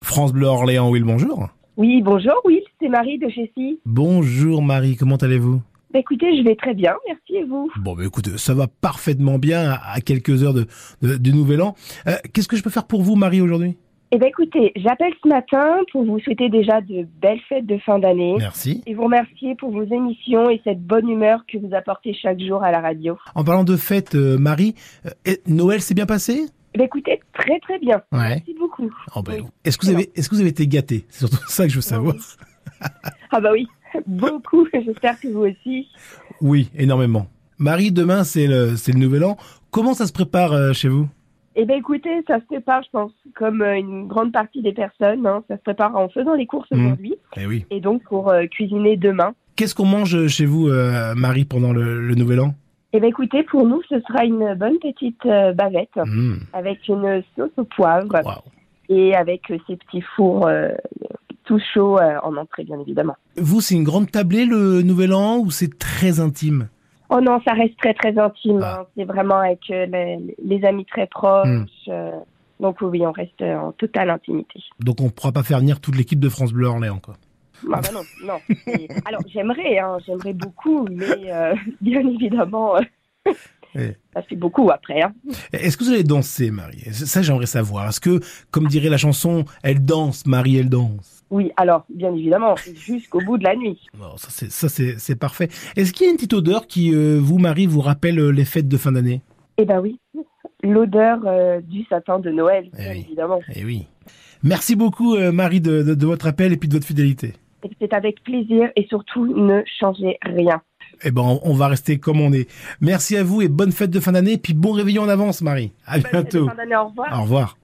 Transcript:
France Bleu Orléans, Will, bonjour. Oui, bonjour, oui, c'est Marie de Jessie. Bonjour Marie, comment allez-vous ? Écoutez, je vais très bien, merci et vous ? Bon, écoute, ça va parfaitement bien à quelques heures du Nouvel An. Qu'est-ce que je peux faire pour vous, Marie, aujourd'hui ? Écoutez, j'appelle ce matin pour vous souhaiter déjà de belles fêtes de fin d'année. Merci. Et vous remercier pour vos émissions et cette bonne humeur que vous apportez chaque jour à la radio. En parlant de fêtes, Marie, Noël s'est bien passé ? Écoutez, très très bien. Ouais. Merci beaucoup. Oh Oui. Est-ce que vous avez été gâtés ? C'est surtout ça que je veux savoir. Ah bah oui, beaucoup, j'espère que vous aussi. Oui, énormément. Marie, demain c'est le Nouvel An. Comment ça se prépare chez vous ? Écoutez, ça se prépare, je pense, comme une grande partie des personnes. Ça se prépare en faisant les courses aujourd'hui. Eh oui. Et donc pour cuisiner demain. Qu'est-ce qu'on mange chez vous, Marie, pendant le Nouvel An ? Écoutez, pour nous, ce sera une bonne petite bavette avec une sauce au poivre et avec ces petits fours tout chauds en entrée, bien évidemment. Vous, c'est une grande tablée le Nouvel An ou c'est très intime ? Oh non, ça reste très très intime. C'est vraiment avec les amis très proches. Donc oui, on reste en totale intimité. Donc on ne pourra pas faire venir toute l'équipe de France Bleu Orléans, quoi. Ah bah non. Alors j'aimerais beaucoup, mais bien évidemment, ça fait beaucoup après. Est-ce que vous allez danser, Marie ? Ça, j'aimerais savoir. Est-ce que, comme dirait la chanson, elle danse, Marie, elle danse ? Oui, alors bien évidemment, jusqu'au bout de la nuit. Bon, c'est parfait. Est-ce qu'il y a une petite odeur qui, vous, Marie, vous rappelle les fêtes de fin d'année ? Oui, l'odeur du sapin de Noël, bien évidemment. Eh oui. Merci beaucoup, Marie, de votre appel et puis de votre fidélité. C'est avec plaisir et surtout, ne changez rien. On va rester comme on est. Merci à vous et bonne fête de fin d'année. Et puis bon réveillon en avance, Marie. À bientôt. Bonne fête de fin d'année, au revoir. Au revoir.